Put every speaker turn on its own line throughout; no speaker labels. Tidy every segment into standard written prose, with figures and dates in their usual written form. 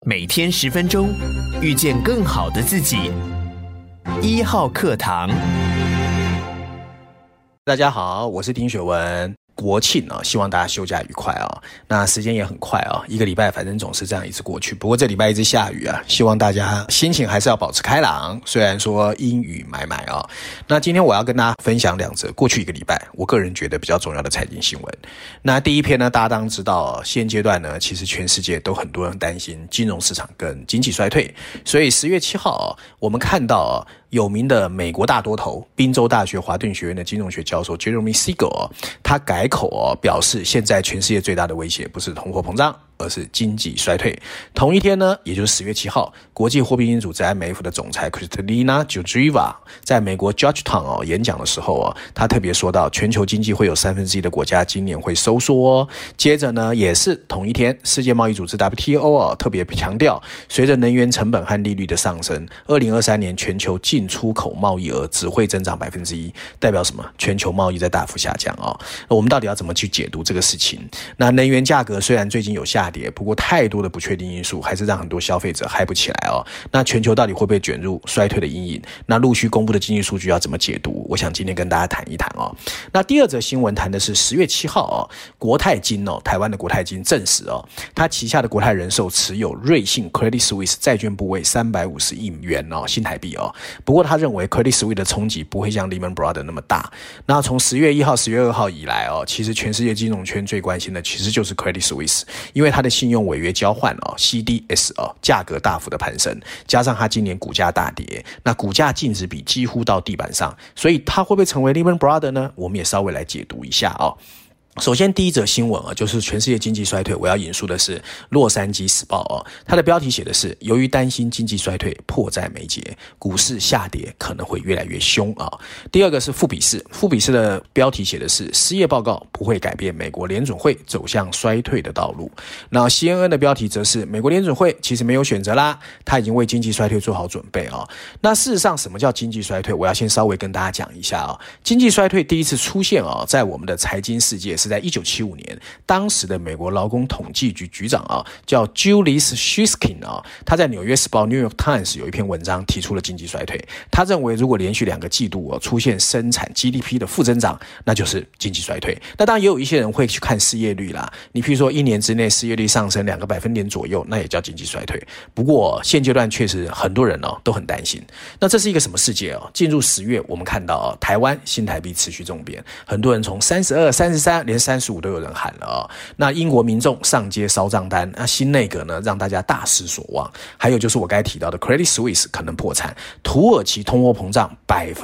每天10分钟，遇见更好的自己。1号课堂。
大家好，我是丁学文。国庆希望大家休假愉快那时间也很快1个礼拜反正总是这样一直过去。不过这礼拜一直下雨希望大家心情还是要保持开朗，虽然说阴雨霾霾那今天我要跟大家分享2则过去1个礼拜我个人觉得比较重要的财经新闻。那第一篇呢，大家当然知道现阶段呢，其实全世界都很多人担心金融市场跟经济衰退，所以10月7号我们看到有名的美国大多头宾州大学华顿学院的金融学教授 Jeremy Siegel 他改口表示现在全世界最大的威胁不是通货膨胀，而是经济衰退。同一天呢，也就是10月7号，国际货币基金组织 IMF 的总裁 Kristalina Georgieva 在美国 Georgetown 演讲的时候他特别说到全球经济会有1/3的国家今年会收缩接着呢，也是同一天，世界贸易组织 WTO 特别强调，随着能源成本和利率的上升，2023年全球进出口贸易额只会增长 1%， 代表什么？全球贸易在大幅下降我们到底要怎么去解读这个事情？那能源价格虽然最近有下跌，不过太多的不确定因素还是让很多消费者嗨不起来那全球到底会不会卷入衰退的阴影？那陆续公布的经济数据要怎么解读？我想今天跟大家谈一谈那第2则新闻谈的是10月7号国泰金台湾的国泰金证实他旗下的国泰人寿持有瑞信 Credit Suisse 债券部位350亿元新台币不过他认为 Credit Suisse 的冲击不会像 Lehman Brothers 那么大。那从10月1号10月2号以来其实全世界金融圈最关心的其实就是 Credit Suisse， 因为它的信用违约交换CDS 价格大幅的攀升，加上它今年股价大跌，那股价净值比几乎到地板上，所以它会不会成为 Lehman Brothers 呢？我们也稍微来解读一下首先第1则新闻就是全世界经济衰退，我要引述的是洛杉矶时报它的标题写的是由于担心经济衰退迫在眉睫，股市下跌可能会越来越凶第2个是富比士的标题写的是失业报告不会改变美国联准会走向衰退的道路。那 CNN 的标题则是美国联准会其实没有选择啦，他已经为经济衰退做好准备那事实上什么叫经济衰退？我要先稍微跟大家讲一下经济衰退第一次出现在我们的财经世界是在1975年，当时的美国劳工统计局局长叫 Julius Shiskin 他在纽约时报 New York Times 有一篇文章提出了经济衰退。他认为如果连续2个季度出现生产 GDP 的负增长，那就是经济衰退。那当然也有一些人会去看失业率啦，你譬如说1年之内失业率上升2个百分点左右，那也叫经济衰退。不过现阶段确实很多人都很担心。那这是一个什么世界进入10月我们看到台湾新台币持续重贬，很多人从32、33连35都有人喊了那英国民众上街烧账单，那新内阁呢让大家大失所望。还有就是我刚才提到的 Credit Suisse 可能破产，土耳其通货膨胀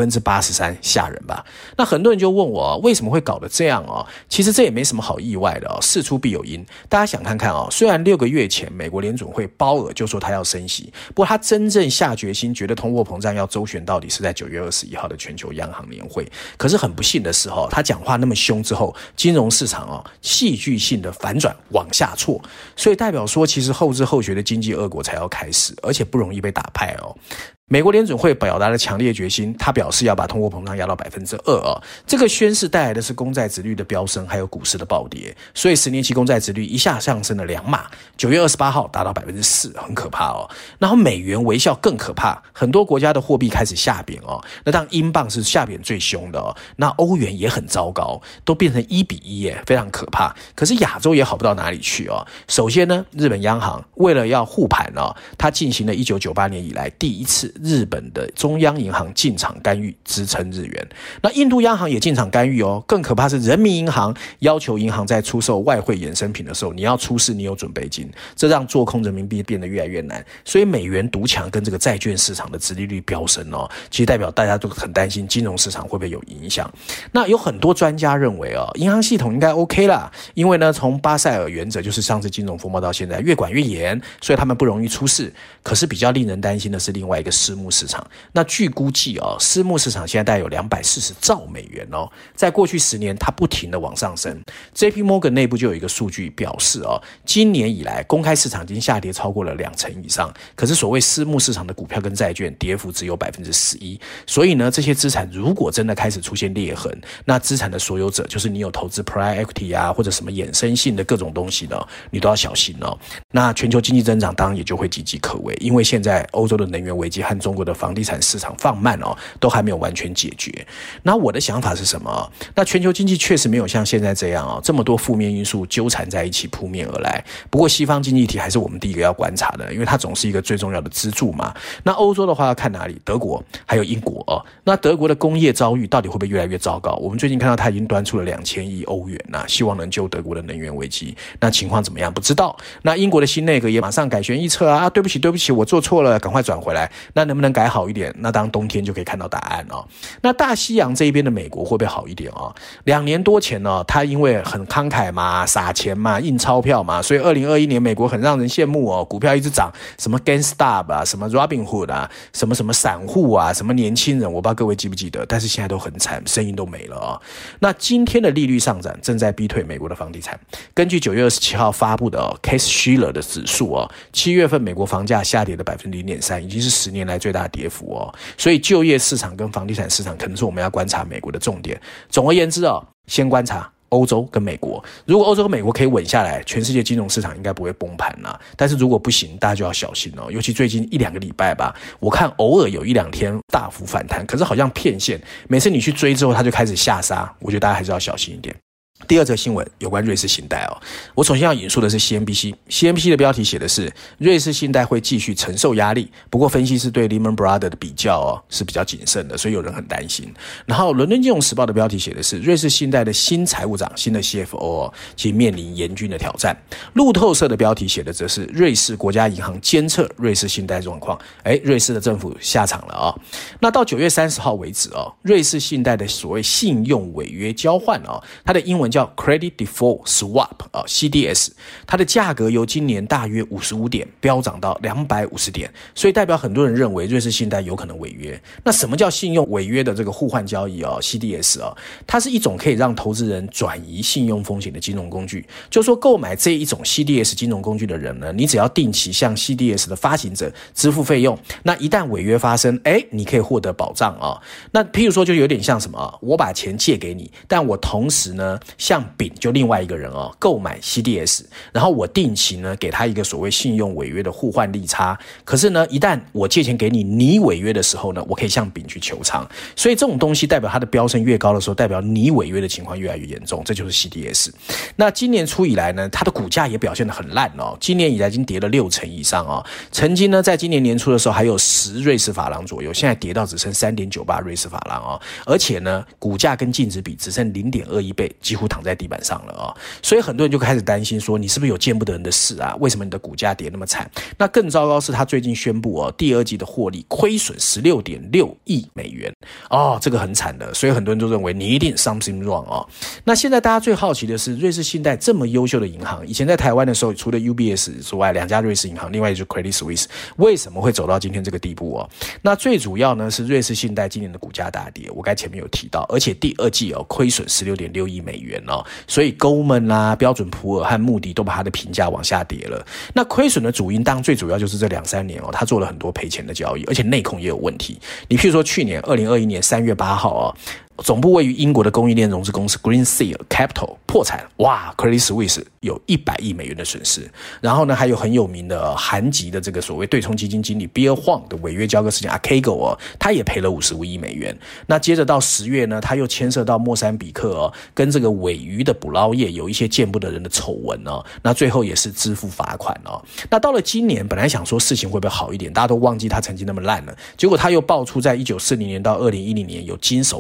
83%， 吓人吧？那很多人就问我为什么会搞得这样其实这也没什么好意外的事出必有因。大家想看看虽然6个月前美国联准会鲍尔就说他要升息，不过他真正下决心觉得通货膨胀要周旋到底是在9月21号的全球央行年会。可是很不幸的是他讲话那么凶之后，金融市场戏剧性的反转往下挫，所以代表说其实后知后觉的经济恶果才要开始，而且不容易被打败美国联准会表达了强烈决心，他表示要把通货膨胀压到 2% 这个宣示带来的是公债殖率的飙升，还有股市的暴跌，所以10年期公债殖率一下上升了2码，9月28号达到 4%， 很可怕然后美元微笑更可怕，很多国家的货币开始下贬那当然英镑是下贬最凶的那欧元也很糟糕，都变成1:1耶，非常可怕。可是亚洲也好不到哪里去首先呢，日本央行为了要护盘它进行了1998年以来第一次日本的中央银行进场干预支撑日元。那印度央行也进场干预更可怕是人民银行要求银行在出售外汇衍生品的时候，你要出示你有准备金，这让做空人民币变得越来越难。所以美元独强跟这个债券市场的殖利率飙升其实代表大家都很担心金融市场会不会有影响。那有很多专家认为银行系统应该 OK 啦，因为呢从巴塞尔原则就是上次金融风暴到现在越管越严，所以他们不容易出事。可是比较令人担心的是另外一个私募市场。那据估计私募市场现在大概有240兆美元在过去10年它不停的往上升。JP Morgan 内部就有一个数据表示今年以来公开市场已经下跌超过了20%以上，可是所谓私募市场的股票跟债券跌幅只有 11%， 所以呢这些资产如果真的开始出现裂痕，那资产的所有者就是你有投资 Private Equity 啊或者什么衍生性的各种东西呢，你都要小心那全球经济增长当然也就会岌岌可危，因为现在欧洲的能源危机和中国的房地产市场放慢都还没有完全解决。那我的想法是什么？那全球经济确实没有像现在这样这么多负面因素纠缠在一起扑面而来。不过西方经济体还是我们第一个要观察的，因为它总是一个最重要的支柱嘛。那欧洲的话要看哪里？德国还有英国那德国的工业遭遇到底会不会越来越糟糕？我们最近看到它已经端出了2000亿欧元希望能救德国的能源危机。那情况怎么样？不知道。那英国的新内阁也马上改弦易辙对不起，我做错了，赶快转回来。那能不能改好一点？那当冬天就可以看到答案那大西洋这一边的美国会不会好一点2年多前他因为很慷慨嘛，撒钱嘛，印钞票嘛，所以2021年美国很让人羡慕股票一直涨，什么 GameStop 什么 Robinhood 什么散户什么年轻人，我不知道各位记不记得，但是现在都很惨，声音都没了那今天的利率上涨正在逼退美国的房地产。根据9月27号发布的Case-Shiller 的指数7月份美国房价下跌的 0.3%， 已经是10年来最大的跌幅所以就业市场跟房地产市场可能是我们要观察美国的重点。总而言之先观察欧洲跟美国，如果欧洲跟美国可以稳下来，全世界金融市场应该不会崩盘但是如果不行，大家就要小心尤其最近1-2个礼拜吧，我看偶尔有1-2天大幅反弹，可是好像骗线，每次你去追之后它就开始下杀，我觉得大家还是要小心一点。第二则新闻有关瑞士信贷我首先要引述的是 CNBC 的标题写的是瑞士信贷会继续承受压力，不过分析师对 Lehman Brothers 的比较是比较谨慎的，所以有人很担心。然后伦敦金融时报的标题写的是瑞士信贷的新财务长新的 CFO 其实面临严峻的挑战。路透社的标题写的则是瑞士国家银行监测瑞士信贷状况，瑞士的政府下场了那到9月30号为止瑞士信贷的所谓信用违约交换它的英文叫 Credit Default Swap CDS， 它的价格由今年大约55点飙涨到250点，所以代表很多人认为瑞士信贷有可能违约。那什么叫信用违约的这个互换交易CDS 它是一种可以让投资人转移信用风险的金融工具。就是说购买这一种 CDS 金融工具的人呢，你只要定期向 CDS 的发行者支付费用，那一旦违约发生你可以获得保障那譬如说就有点像什么我把钱借给你，但我同时呢向丙就另外一个人购买 CDS， 然后我定期呢给他一个所谓信用违约的互换利差。可是呢一旦我借钱给你，你违约的时候呢，我可以向丙去求偿。所以这种东西代表它的标升越高的时候，代表你违约的情况越来越严重，这就是 CDS。 那今年初以来呢，它的股价也表现得很烂今年以来已经跌了60%以上曾经呢在今年年初的时候还有10瑞士法郎左右，现在跌到只剩 3.98 瑞士法郎而且呢股价跟净值比只剩 0.21 倍，几乎躺在地板上了所以很多人就开始担心说，你是不是有见不得人的事为什么你的股价跌那么惨？那更糟糕是他最近宣布第二季的获利亏损 16.6 亿美元这个很惨的，所以很多人都认为你一定 something wrong 那现在大家最好奇的是，瑞士信贷这么优秀的银行，以前在台湾的时候除了 UBS 之外，2家瑞士银行，另外就是 Credit Suisse， 为什么会走到今天这个地步那最主要呢是瑞士信贷今年的股价大跌，我刚才前面有提到，而且第二季亏损 16.6 亿美元所以 Goldman 标准普尔和穆迪都把他的评价往下跌了。那亏损的主因当然最主要就是这2-3年他做了很多赔钱的交易，而且内控也有问题。你譬如说去年2021年3月8号总部位于英国的供应链融资公司 Greensill Capital 破产，哇 Credit Suisse 有100亿美元的损失。然后呢还有很有名的韩籍的这个所谓对冲基金经理 Bill Huang 的违约交割事件 Archegos 他也赔了55亿美元。那接着到10月呢，他又牵涉到莫桑比克跟这个鲔鱼的捕捞业有一些见不得人的丑闻那最后也是支付罚款那到了今年本来想说事情会不会好一点，大家都忘记他曾经那么烂了，结果他又爆出在1940年到2010年有经手黑钱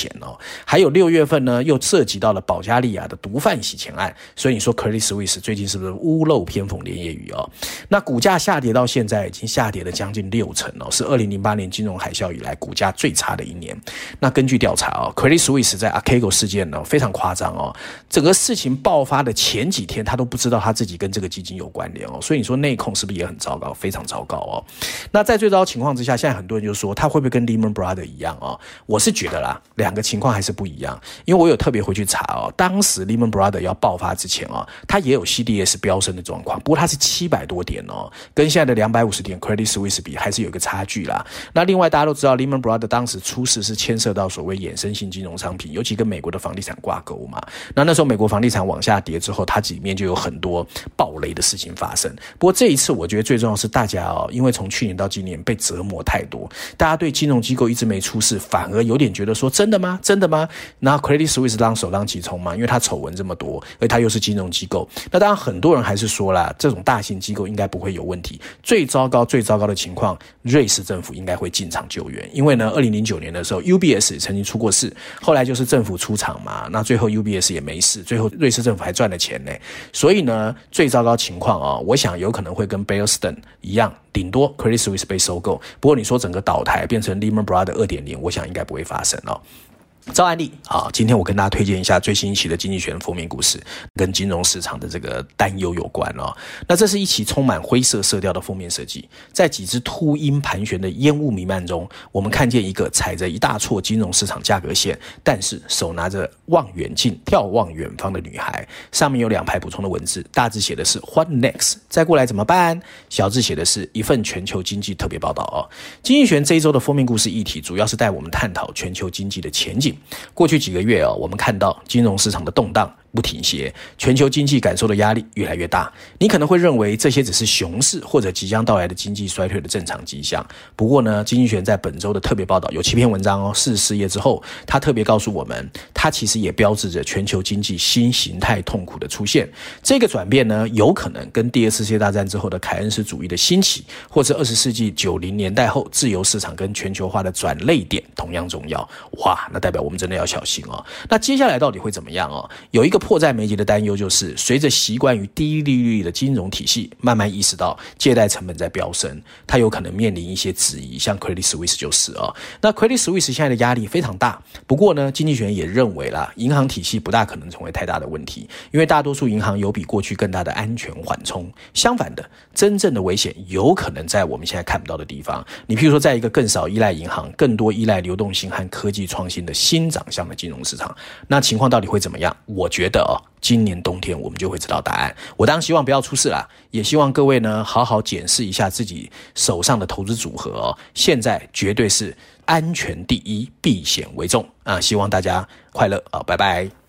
险哦。还有6月份呢，又涉及到了保加利亚的毒贩洗钱案，所以你说 Credit Suisse 最近是不是屋漏偏逢连夜雨哦？那股价下跌到现在已经下跌了将近60%哦，是2008年金融海啸以来股价最差的一年。那根据调查哦 ，Credit Suisse 在 Archegos 事件呢非常夸张哦，整个事情爆发的前几天他都不知道他自己跟这个基金有关联哦，所以你说内控是不是也很糟糕，非常糟糕哦？那在最糟的情况之下，现在很多人就说他会不会跟 Lehman Brothers 一样哦？我是觉得啦，两个情况还是不一样，因为我有特别回去查哦，当时 Lehman Brothers 要爆发之前哦，它也有 CDS 飙升的状况，不过它是700多点哦，跟现在的250点 Credit Suisse 比还是有一个差距啦。那另外大家都知道 Lehman Brothers 当时出事是牵涉到所谓衍生性金融商品，尤其跟美国的房地产挂钩嘛。那时候美国房地产往下跌之后，它里面就有很多暴雷的事情发生。不过这一次我觉得最重要是大家哦，因为从去年到今年被折磨太多，大家对金融机构一直没出事，反而有点觉得说真的吗？真的吗？那 Credit Suisse 首当其冲嘛，因为它丑闻这么多，而它又是金融机构。那当然很多人还是说啦，这种大型机构应该不会有问题。最糟糕的情况，瑞士政府应该会进场救援，因为呢2009年的时候 UBS 曾经出过事，后来就是政府出场嘛，那最后 UBS 也没事，最后瑞士政府还赚了钱呢。所以呢最糟糕情况哦，我想有可能会跟 Bear Stearns 一样，顶多 Credit Suisse 被收购。不过你说整个倒台变成 Lehman Brothers 2.0， 我想应该不会发生哦。照案例啊，今天我跟大家推荐一下最新一期的经济学人封面故事，跟金融市场的这个担忧有关哦。那这是一期充满灰色色调的封面设计，在几只秃鹰盘旋的烟雾弥漫中，我们看见一个踩着一大撮金融市场价格线，但是手拿着望远镜眺望远方的女孩，上面有2排补充的文字，大字写的是 What next？ 再过来怎么办？小字写的是一份全球经济特别报道哦。经济学人这一周的封面故事议题，主要是带我们探讨全球经济的前景。过去几个月我们看到金融市场的动荡不停歇，全球经济感受的压力越来越大。你可能会认为这些只是熊市或者即将到来的经济衰退的正常迹象。不过呢，经济学人在本周的特别报道有7篇文章哦，44页之后，他特别告诉我们，它其实也标志着全球经济新形态痛苦的出现。这个转变呢，有可能跟第2次世界大战之后的凯恩斯主义的兴起，或者20世纪90年代后自由市场跟全球化的转捩点同样重要。哇，那代表我们真的要小心哦。那接下来到底会怎么样哦？有一个迫在眉睫的担忧就是，随着习惯于低利率的金融体系慢慢意识到借贷成本在飙升，它有可能面临一些质疑，像 Credit Suisse 就是哦。那 Credit Suisse 现在的压力非常大，不过呢，经济学人也认为啦，银行体系不大可能成为太大的问题，因为大多数银行有比过去更大的安全缓冲。相反的，真正的危险有可能在我们现在看不到的地方。你譬如说，在一个更少依赖银行、更多依赖流动性和科技创新的新长相的金融市场，那情况到底会怎么样？我觉得今年冬天我们就会知道答案。我当然希望不要出事啦，也希望各位呢好好检视一下自己手上的投资组合哦。现在绝对是安全第一，避险为重啊！希望大家快乐啊，拜拜。